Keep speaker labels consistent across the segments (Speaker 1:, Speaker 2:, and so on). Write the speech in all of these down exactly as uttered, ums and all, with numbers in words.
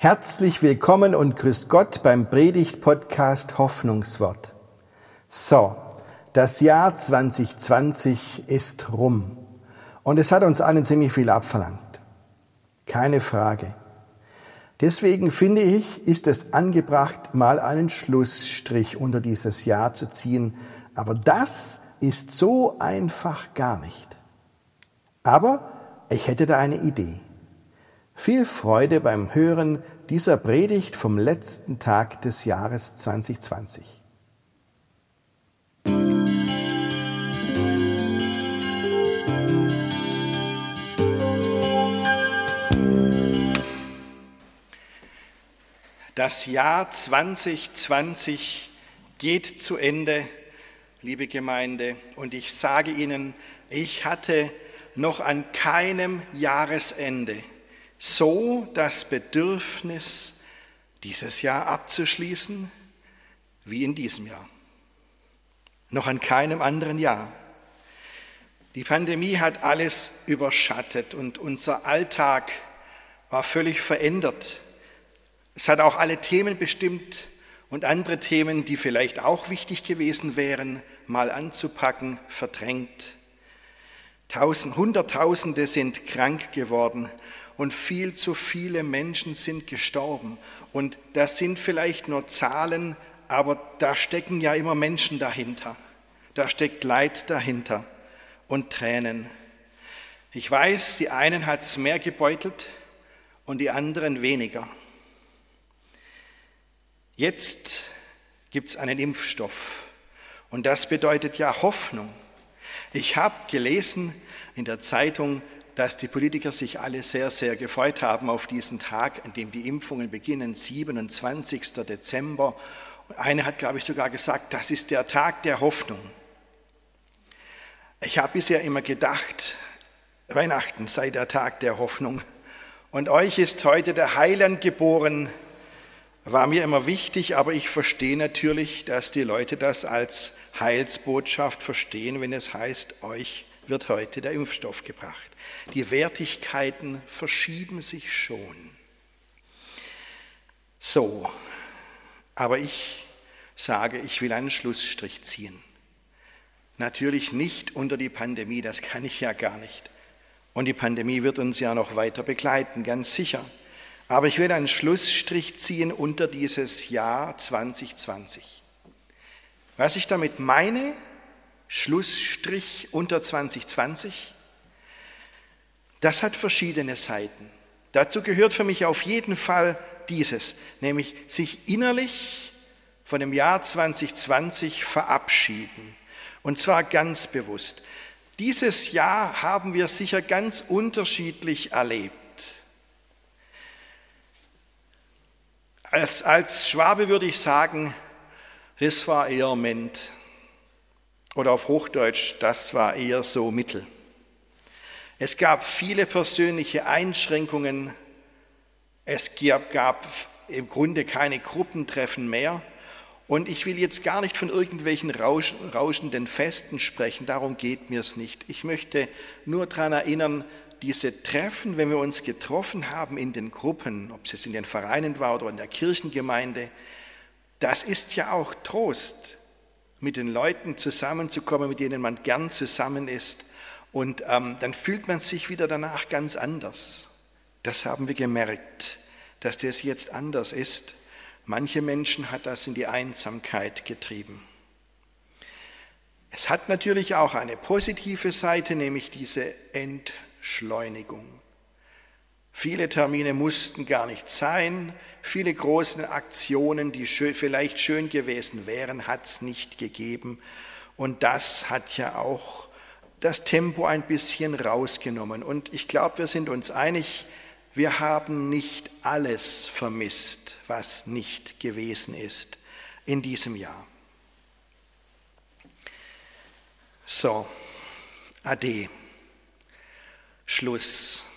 Speaker 1: Herzlich willkommen und grüß Gott beim Predigt-Podcast Hoffnungswort. So, das Jahr zwanzig zwanzig ist rum und es hat uns allen ziemlich viel abverlangt. Keine Frage. Deswegen finde ich, ist es angebracht, mal einen Schlussstrich unter dieses Jahr zu ziehen. Aber das ist so einfach gar nicht. Aber ich hätte da eine Idee. Viel Freude beim Hören dieser Predigt vom letzten Tag des Jahres zwanzig zwanzig.
Speaker 2: Das Jahr zwanzig zwanzig geht zu Ende, liebe Gemeinde, und ich sage Ihnen, ich hatte noch an keinem Jahresende so das Bedürfnis, dieses Jahr abzuschließen, wie in diesem Jahr. Noch an keinem anderen Jahr. Die Pandemie hat alles überschattet und unser Alltag war völlig verändert. Es hat auch alle Themen bestimmt und andere Themen, die vielleicht auch wichtig gewesen wären, mal anzupacken, verdrängt. Tausend, Hunderttausende sind krank geworden und viel zu viele Menschen sind gestorben. Und das sind vielleicht nur Zahlen, aber da stecken ja immer Menschen dahinter. Da steckt Leid dahinter und Tränen. Ich weiß, die einen hat es mehr gebeutelt und die anderen weniger. Jetzt gibt es einen Impfstoff und das bedeutet ja Hoffnung. Ich habe gelesen in der Zeitung, dass die Politiker sich alle sehr, sehr gefreut haben auf diesen Tag, an dem die Impfungen beginnen, siebenundzwanzigsten Dezember. Und eine hat, glaube ich, sogar gesagt, das ist der Tag der Hoffnung. Ich habe bisher immer gedacht, Weihnachten sei der Tag der Hoffnung. Und euch ist heute der Heiland geboren. War mir immer wichtig, aber ich verstehe natürlich, dass die Leute das als Heilsbotschaft verstehen, wenn es heißt, euch wird heute der Impfstoff gebracht. Die Wertigkeiten verschieben sich schon. So, aber ich sage, ich will einen Schlussstrich ziehen. Natürlich nicht unter die Pandemie, das kann ich ja gar nicht. Und die Pandemie wird uns ja noch weiter begleiten, ganz sicher. Aber ich will einen Schlussstrich ziehen unter dieses Jahr zwanzig zwanzig. Was ich damit meine, Schlussstrich unter zwanzig zwanzig, das hat verschiedene Seiten. Dazu gehört für mich auf jeden Fall dieses, nämlich sich innerlich von dem Jahr zwanzig zwanzig verabschieden. Und zwar ganz bewusst. Dieses Jahr haben wir sicher ganz unterschiedlich erlebt. Als, als Schwabe würde ich sagen, das war eher Ment. Oder auf Hochdeutsch, das war eher so mittel. Es gab viele persönliche Einschränkungen. Es gab im Grunde keine Gruppentreffen mehr. Und ich will jetzt gar nicht von irgendwelchen rauschenden Festen sprechen, darum geht mir es nicht. Ich möchte nur daran erinnern, diese Treffen, wenn wir uns getroffen haben in den Gruppen, ob es jetzt in den Vereinen war oder in der Kirchengemeinde, das ist ja auch Trost, mit den Leuten zusammenzukommen, mit denen man gern zusammen ist. Und ähm, dann fühlt man sich wieder danach ganz anders. Das haben wir gemerkt, dass das jetzt anders ist. Manche Menschen hat das in die Einsamkeit getrieben. Es hat natürlich auch eine positive Seite, nämlich diese Entschleunigung. Viele Termine mussten gar nicht sein, viele große Aktionen, die vielleicht schön gewesen wären, hat es nicht gegeben. Und das hat ja auch das Tempo ein bisschen rausgenommen. Und ich glaube, wir sind uns einig, wir haben nicht alles vermisst, was nicht gewesen ist in diesem Jahr. So, Ade, Schluss.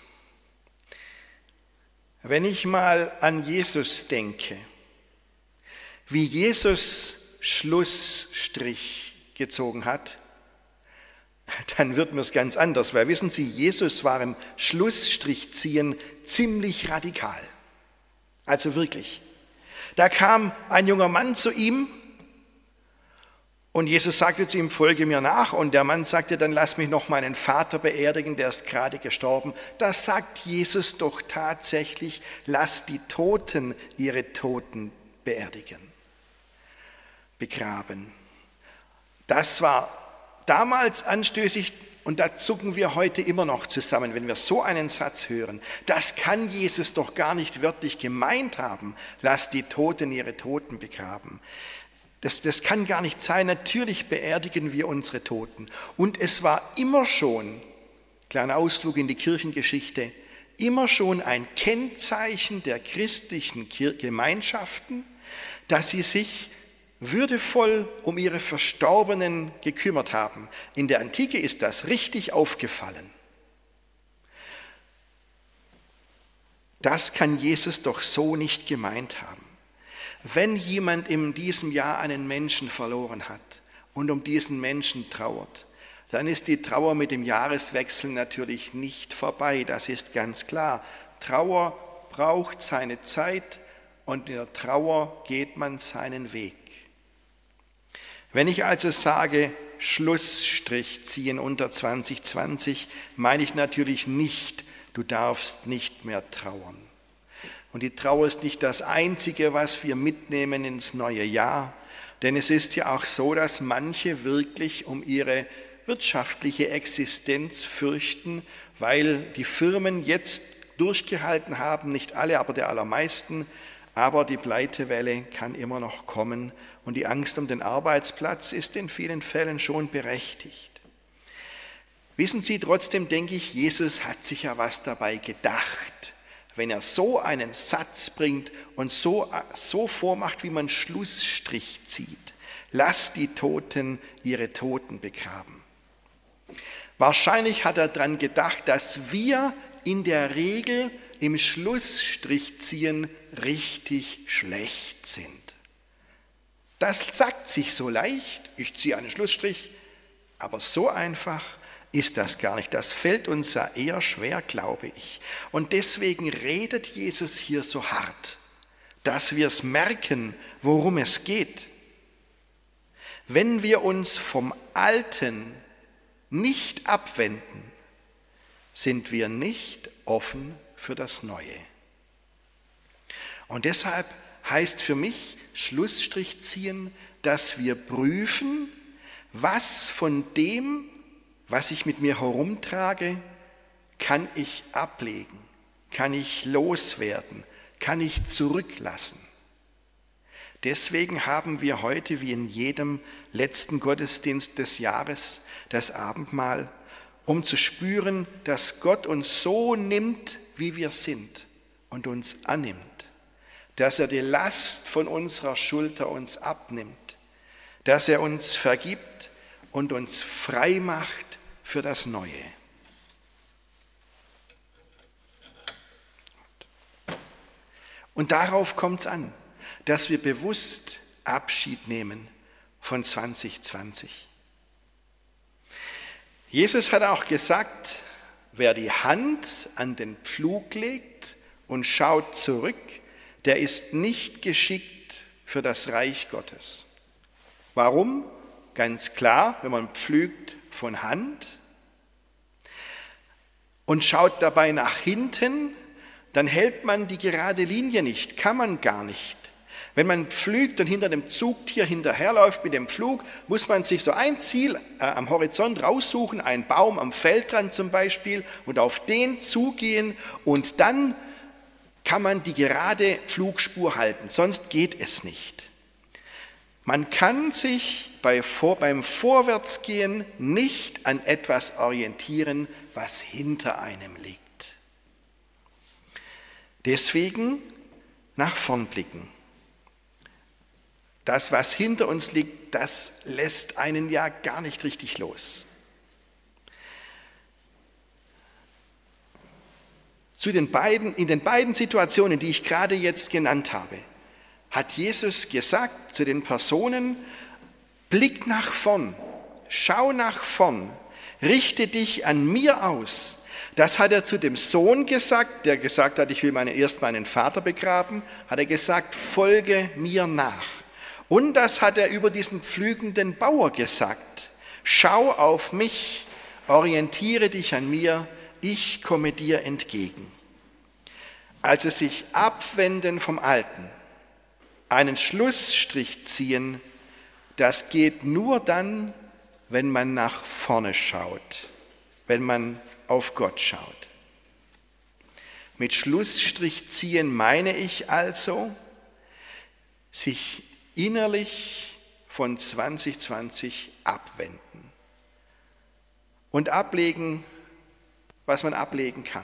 Speaker 2: Wenn ich mal an Jesus denke, wie Jesus Schlussstrich gezogen hat, dann wird mir es ganz anders, weil wissen Sie, Jesus war im Schlussstrich ziehen ziemlich radikal. Also wirklich. Da kam ein junger Mann zu ihm und Jesus sagte zu ihm, folge mir nach. Und der Mann sagte, dann lass mich noch meinen Vater beerdigen, der ist gerade gestorben. Da sagt Jesus doch tatsächlich, lass die Toten ihre Toten beerdigen, begraben. Das war damals anstößig und da zucken wir heute immer noch zusammen, wenn wir so einen Satz hören. Das kann Jesus doch gar nicht wörtlich gemeint haben, lass die Toten ihre Toten begraben. Das, das kann gar nicht sein. Natürlich beerdigen wir unsere Toten. Und es war immer schon, kleiner Ausflug in die Kirchengeschichte, immer schon ein Kennzeichen der christlichen Gemeinschaften, dass sie sich würdevoll um ihre Verstorbenen gekümmert haben. In der Antike ist das richtig aufgefallen. Das kann Jesus doch so nicht gemeint haben. Wenn jemand in diesem Jahr einen Menschen verloren hat und um diesen Menschen trauert, dann ist die Trauer mit dem Jahreswechsel natürlich nicht vorbei, das ist ganz klar. Trauer braucht seine Zeit und in der Trauer geht man seinen Weg. Wenn ich also sage, Schlussstrich ziehen unter zwanzig zwanzig, meine ich natürlich nicht, du darfst nicht mehr trauern. Und die Trauer ist nicht das Einzige, was wir mitnehmen ins neue Jahr, denn es ist ja auch so, dass manche wirklich um ihre wirtschaftliche Existenz fürchten, weil die Firmen jetzt durchgehalten haben, nicht alle, aber der allermeisten, aber die Pleitewelle kann immer noch kommen und die Angst um den Arbeitsplatz ist in vielen Fällen schon berechtigt. Wissen Sie, trotzdem denke ich, Jesus hat sich ja was dabei gedacht, wenn er so einen Satz bringt und so, so vormacht, wie man Schlussstrich zieht. Lass die Toten ihre Toten begraben. Wahrscheinlich hat er daran gedacht, dass wir in der Regel im Schlussstrichziehen richtig schlecht sind. Das sagt sich so leicht, ich ziehe einen Schlussstrich, aber so einfach ist das gar nicht. Das fällt uns ja eher schwer, glaube ich. Und deswegen redet Jesus hier so hart, dass wir es merken, worum es geht. Wenn wir uns vom Alten nicht abwenden, sind wir nicht offen für das Neue. Und deshalb heißt für mich Schlussstrich ziehen, dass wir prüfen, was von dem, was ich mit mir herumtrage, kann ich ablegen, kann ich loswerden, kann ich zurücklassen. Deswegen haben wir heute, wie in jedem letzten Gottesdienst des Jahres, das Abendmahl, um zu spüren, dass Gott uns so nimmt, wie wir sind und uns annimmt, dass er die Last von unserer Schulter uns abnimmt, dass er uns vergibt und uns frei macht für das Neue. Und darauf kommt es an, dass wir bewusst Abschied nehmen von zwanzig zwanzig. Jesus hat auch gesagt, wer die Hand an den Pflug legt und schaut zurück, der ist nicht geschickt für das Reich Gottes. Warum? Ganz klar, wenn man pflügt von Hand und schaut dabei nach hinten, dann hält man die gerade Linie nicht, kann man gar nicht. Wenn man pflügt und hinter dem Zugtier hinterherläuft mit dem Pflug, muss man sich so ein Ziel äh, am Horizont raussuchen, einen Baum am Feldrand zum Beispiel, und auf den zugehen und dann kann man die gerade Pflugspur halten, sonst geht es nicht. Man kann sich bei vor, beim Vorwärtsgehen nicht an etwas orientieren, was hinter einem liegt. Deswegen nach vorn blicken. Das, was hinter uns liegt, das lässt einen ja gar nicht richtig los. Zu den beiden, in den beiden Situationen, die ich gerade jetzt genannt habe, hat Jesus gesagt zu den Personen, blick nach vorn, schau nach vorn, richte dich an mir aus, Das hat er zu dem Sohn gesagt, der gesagt hat, ich will meine, erst meinen Vater begraben, hat er gesagt, folge mir nach. Und das hat er über diesen pflügenden Bauer gesagt, schau auf mich, orientiere dich an mir, ich komme dir entgegen. Also sich abwenden vom Alten, einen Schlussstrich ziehen, das geht nur dann, wenn man nach vorne schaut, wenn man auf Gott schaut. Mit Schlussstrich ziehen meine ich also, sich innerlich von zwanzig zwanzig abwenden und ablegen, was man ablegen kann.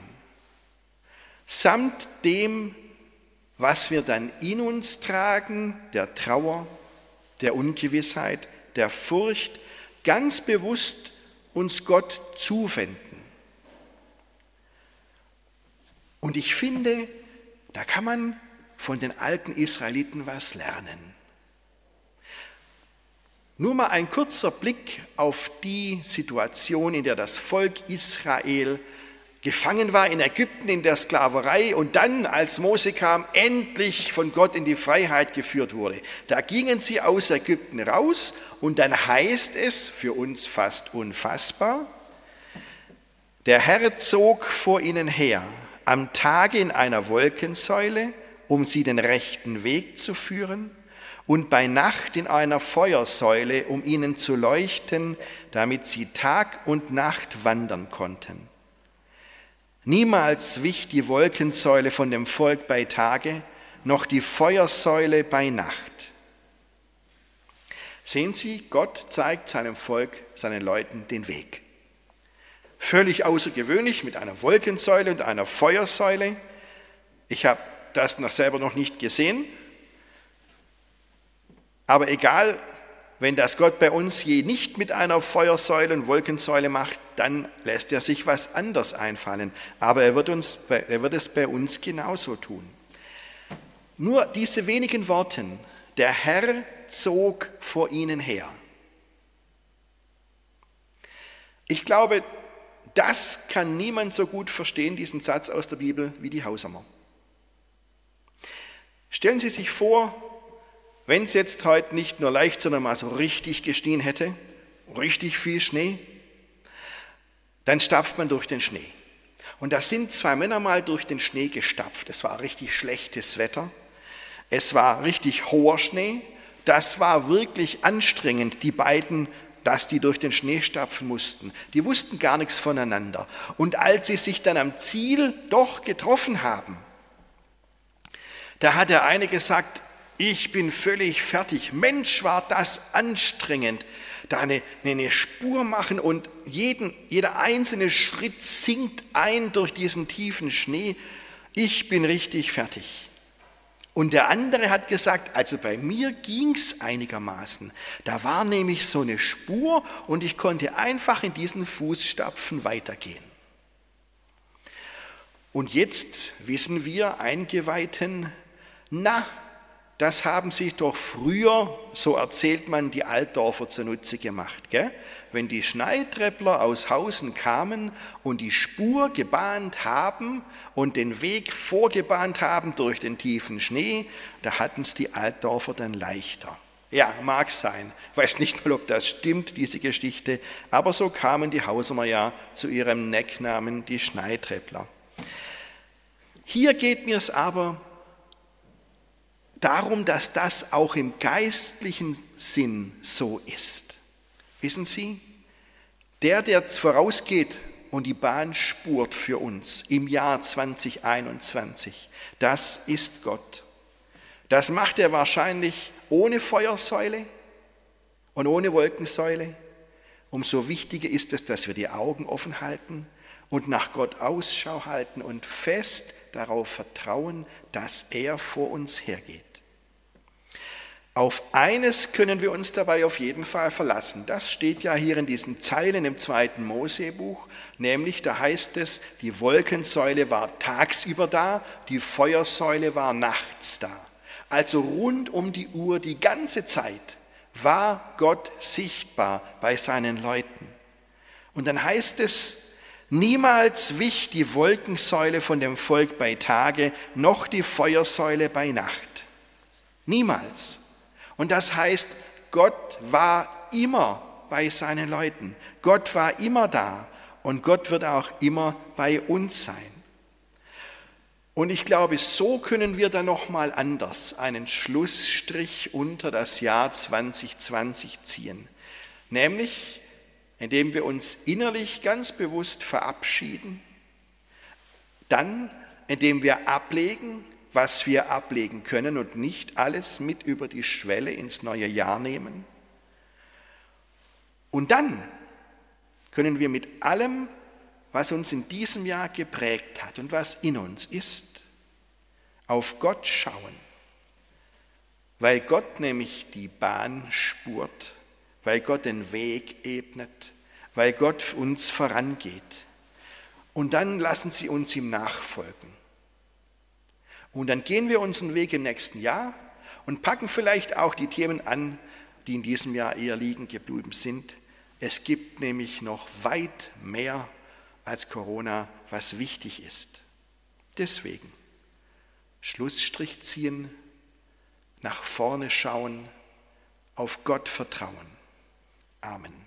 Speaker 2: Samt dem, was wir dann in uns tragen, der Trauer, der Ungewissheit, der Furcht, ganz bewusst uns Gott zuwenden. Und ich finde, da kann man von den alten Israeliten was lernen. Nur mal ein kurzer Blick auf die Situation, in der das Volk Israel gefangen war in Ägypten in der Sklaverei und dann, als Mose kam, endlich von Gott in die Freiheit geführt wurde. Da gingen sie aus Ägypten raus und dann heißt es, für uns fast unfassbar, der Herr zog vor ihnen her, am Tage in einer Wolkensäule, um sie den rechten Weg zu führen, und bei Nacht in einer Feuersäule, um ihnen zu leuchten, damit sie Tag und Nacht wandern konnten. Niemals wich die Wolkensäule von dem Volk bei Tage, noch die Feuersäule bei Nacht. Sehen Sie, Gott zeigt seinem Volk, seinen Leuten den Weg. Völlig außergewöhnlich mit einer Wolkensäule und einer Feuersäule. Ich habe das noch selber noch nicht gesehen. Aber egal, wenn das Gott bei uns je nicht mit einer Feuersäule und Wolkensäule macht, dann lässt er sich was anderes einfallen. Aber er wird, uns, er wird es bei uns genauso tun. Nur diese wenigen Worte, der Herr zog vor ihnen her. Ich glaube, das kann niemand so gut verstehen, diesen Satz aus der Bibel, wie die Hausamer. Stellen Sie sich vor, wenn es jetzt heute nicht nur leicht, sondern mal so richtig gestehen hätte, richtig viel Schnee, dann stapft man durch den Schnee. Und da sind zwei Männer mal durch den Schnee gestapft. Es war richtig schlechtes Wetter, es war richtig hoher Schnee, das war wirklich anstrengend, die beiden, dass die durch den Schnee stapfen mussten. Die wussten gar nichts voneinander. Und als sie sich dann am Ziel doch getroffen haben, da hat der eine gesagt, ich bin völlig fertig. Mensch, war das anstrengend. Da eine, eine Spur machen und jeden, jeder einzelne Schritt sinkt ein durch diesen tiefen Schnee. Ich bin richtig fertig. Und der andere hat gesagt, also bei mir ging es einigermaßen. Da war nämlich so eine Spur und ich konnte einfach in diesen Fußstapfen weitergehen. Und jetzt wissen wir Eingeweihten, na, das haben sich doch früher, so erzählt man, die Altdorfer zunutze gemacht. Gell? Wenn die Schneitreppler aus Hausen kamen und die Spur gebahnt haben und den Weg vorgebahnt haben durch den tiefen Schnee, da hatten es die Altdorfer dann leichter. Ja, mag sein. Ich weiß nicht mal, ob das stimmt, diese Geschichte, aber so kamen die Hausamer ja zu ihrem Necknamen, die Schneitreppler. Hier geht mir es aber darum, dass das auch im geistlichen Sinn so ist. Wissen Sie, der, der vorausgeht und die Bahn spurt für uns im Jahr zwanzig einundzwanzig, das ist Gott. Das macht er wahrscheinlich ohne Feuersäule und ohne Wolkensäule. Umso wichtiger ist es, dass wir die Augen offen halten und nach Gott Ausschau halten und fest darauf vertrauen, dass er vor uns hergeht. Auf eines können wir uns dabei auf jeden Fall verlassen. Das steht ja hier in diesen Zeilen im zweiten Mosebuch, nämlich da heißt es, die Wolkensäule war tagsüber da, die Feuersäule war nachts da. Also rund um die Uhr, die ganze Zeit, war Gott sichtbar bei seinen Leuten. Und dann heißt es, Niemals wich die Wolkensäule von dem Volk bei Tage, noch die Feuersäule bei Nacht. Niemals. Und das heißt, Gott war immer bei seinen Leuten. Gott war immer da und Gott wird auch immer bei uns sein. Und ich glaube, so können wir dann nochmal anders einen Schlussstrich unter das Jahr zwanzig zwanzig ziehen. Nämlich, indem wir uns innerlich ganz bewusst verabschieden, dann, indem wir ablegen, was wir ablegen können und nicht alles mit über die Schwelle ins neue Jahr nehmen. Und dann können wir mit allem, was uns in diesem Jahr geprägt hat und was in uns ist, auf Gott schauen, weil Gott nämlich die Bahn spurt, weil Gott den Weg ebnet, weil Gott uns vorangeht. Und dann lassen Sie uns ihm nachfolgen. Und dann gehen wir unseren Weg im nächsten Jahr und packen vielleicht auch die Themen an, die in diesem Jahr eher liegen geblieben sind. Es gibt nämlich noch weit mehr als Corona, was wichtig ist. Deswegen Schlussstrich ziehen, nach vorne schauen, auf Gott vertrauen. Amen.